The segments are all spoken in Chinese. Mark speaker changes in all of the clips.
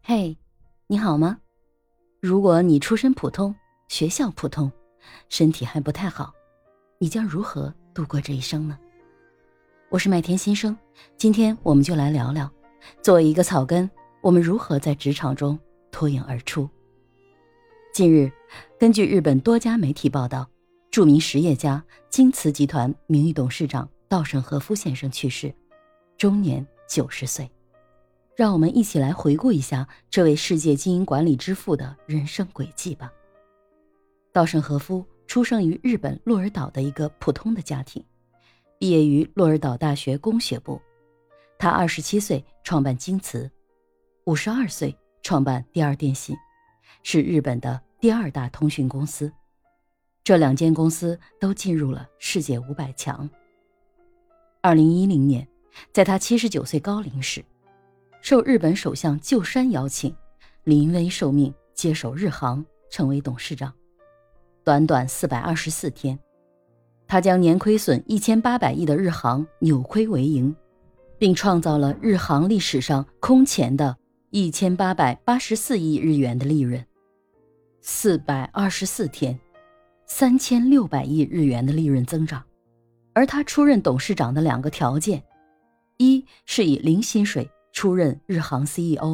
Speaker 1: 嘿，你好吗？如果你出身普通，学校普通，身体还不太好，你将如何度过这一生呢？我是麦田新生，今天我们就来聊聊，作为一个草根，我们如何在职场中脱颖而出。近日，根据日本多家媒体报道，著名实业家京瓷集团名誉董事长稻盛和夫先生去世，终年90岁。让我们一起来回顾一下这位世界经营管理之父的人生轨迹吧。稻盛和夫出生于日本鹿儿岛的一个普通的家庭，毕业于鹿儿岛大学工学部。他27岁创办京瓷，52岁创办第二电信，是日本的第2大通讯公司。这2间公司都进入了世界500强。2010年，在他79岁高龄时，受日本首相鸠山邀请，临危受命接手日航，成为董事长。短短424天，他将年亏损1800亿的日航扭亏为盈，并创造了日航历史上空前的1884亿日元的利润。424天，3600亿日元的利润增长。而他出任董事长的2个条件，一是以零薪水出任日航 CEO，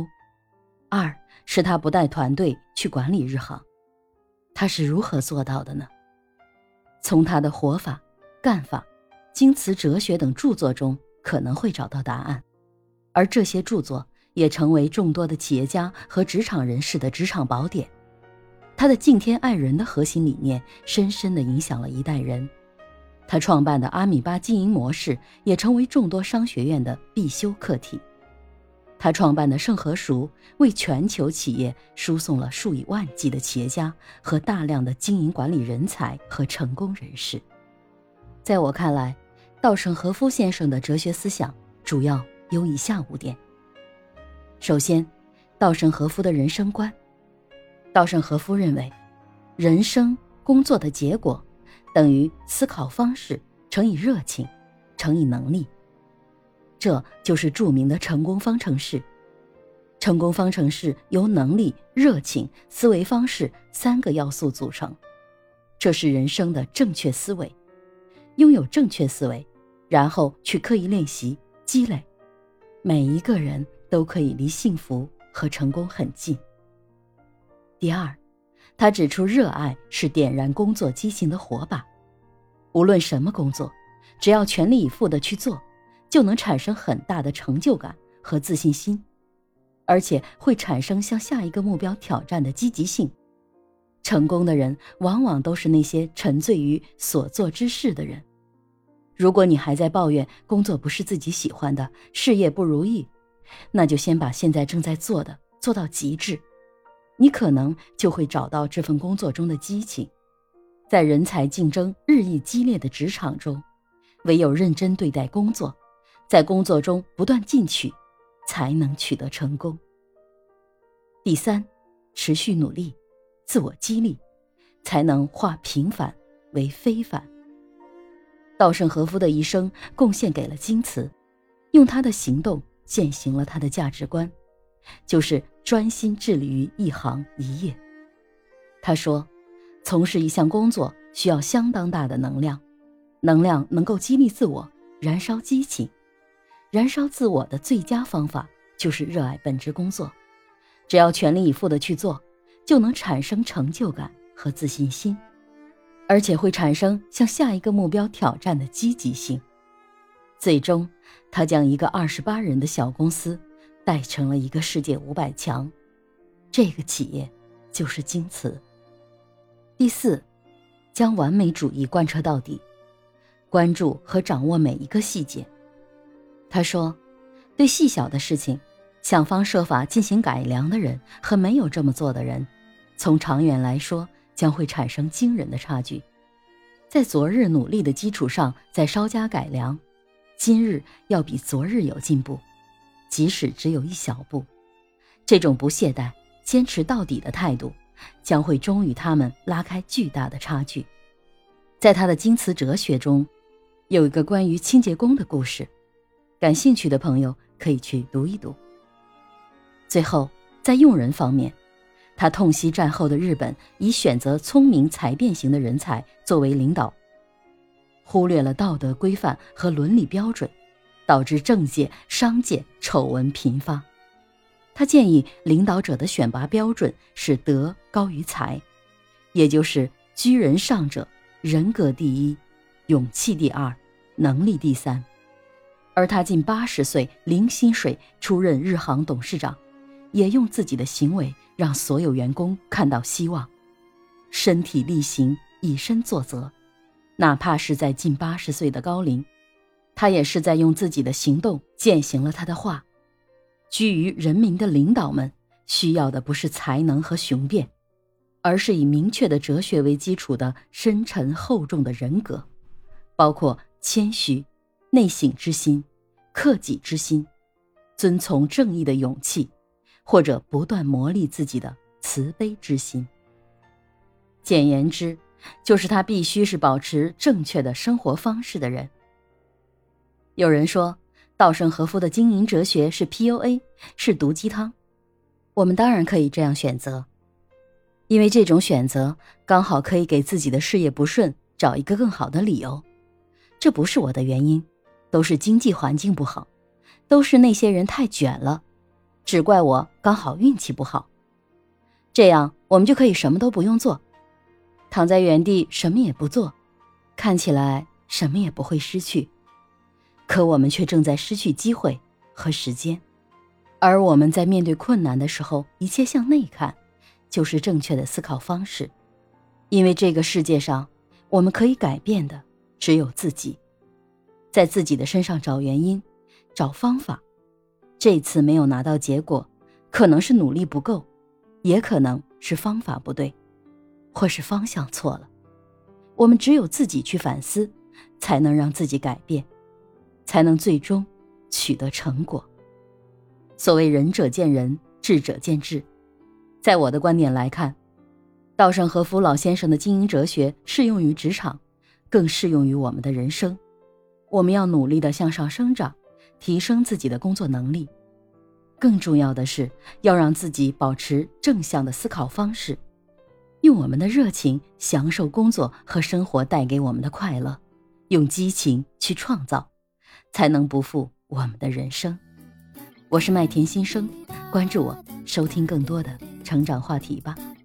Speaker 1: 2是他不带团队去管理日航。他是如何做到的呢？从他的活法、干法、京瓷哲学等著作中可能会找到答案，而这些著作也成为众多的企业家和职场人士的职场宝典。他的敬天爱人的核心理念深深地影响了一代人。他创办的阿米巴经营模式也成为众多商学院的必修课题。他创办的盛和熟为全球企业输送了数以万计的企业家和大量的经营管理人才和成功人士。在我看来，稻盛和夫先生的哲学思想主要有以下5点。首先，稻盛和夫的人生观。稻盛和夫认为，人生工作的结果等于思考方式乘以热情乘以能力。这就是著名的成功方程式。成功方程式由能力、热情、思维方式3个要素组成。这是人生的正确思维。拥有正确思维，然后去刻意练习、积累，每一个人都可以离幸福和成功很近。第2，他指出热爱是点燃工作激情的火把。无论什么工作，只要全力以赴地去做，就能产生很大的成就感和自信心，而且会产生向下一个目标挑战的积极性。成功的人往往都是那些沉醉于所做之事的人。如果你还在抱怨工作不是自己喜欢的，事业不如意，那就先把现在正在做的做到极致，你可能就会找到这份工作中的激情。在人才竞争日益激烈的职场中，唯有认真对待工作，在工作中不断进取，才能取得成功。第3，持续努力，自我激励，才能化平凡为非凡。稻盛和夫的一生贡献给了京瓷，用他的行动践行了他的价值观，就是专心致力于一行一业。他说，从事一项工作需要相当大的能量，能量能够激励自我，燃烧激情。燃烧自我的最佳方法就是热爱本职工作，只要全力以赴地去做，就能产生成就感和自信心，而且会产生向下一个目标挑战的积极性。最终，他将一个28人的小公司带成了一个世界500强，这个企业就是京瓷。第4，将完美主义贯彻到底，关注和掌握每一个细节。他说，对细小的事情想方设法进行改良的人和没有这么做的人，从长远来说将会产生惊人的差距。在昨日努力的基础上再稍加改良，今日要比昨日有进步，即使只有一小步。这种不懈怠、坚持到底的态度，将会终与他们拉开巨大的差距。在他的京瓷哲学中，有一个关于清洁工的故事，感兴趣的朋友可以去读一读。最后， 在用人方面，他痛惜战后的日本以选择聪明才辩型的人才作为领导，忽略了道德规范和伦理标准，导致政界、商界丑闻频发。他建议领导者的选拔标准是德高于才，也就是居人上者，人格第一，勇气第二，能力第三。而他近80岁零薪水出任日航董事长，也用自己的行为让所有员工看到希望，身体力行，以身作则。哪怕是在近80岁的高龄，他也是在用自己的行动践行了他的话。居于人民的领导们需要的不是才能和雄辩，而是以明确的哲学为基础的深沉厚重的人格，包括谦虚、内省之心、克己之心、遵从正义的勇气，或者不断磨砺自己的慈悲之心。简言之，就是他必须是保持正确的生活方式的人。有人说稻盛和夫的经营哲学是 PUA， 是毒鸡汤。我们当然可以这样选择，因为这种选择刚好可以给自己的事业不顺找一个更好的理由。这不是我的原因，都是经济环境不好，都是那些人太卷了，只怪我刚好运气不好。这样我们就可以什么都不用做，躺在原地什么也不做，看起来什么也不会失去。可我们却正在失去机会和时间。而我们在面对困难的时候，一切向内看，就是正确的思考方式。因为这个世界上，我们可以改变的只有自己。在自己的身上找原因，找方法。这次没有拿到结果，可能是努力不够，也可能是方法不对，或是方向错了。我们只有自己去反思，才能让自己改变，才能最终取得成果。所谓仁者见仁，智者见智。在我的观点来看，稻盛和夫老先生的经营哲学适用于职场，更适用于我们的人生。我们要努力地向上生长，提升自己的工作能力。更重要的是，要让自己保持正向的思考方式，用我们的热情享受工作和生活带给我们的快乐，用激情去创造，才能不负我们的人生。我是麦田新生，关注我，收听更多的成长话题吧。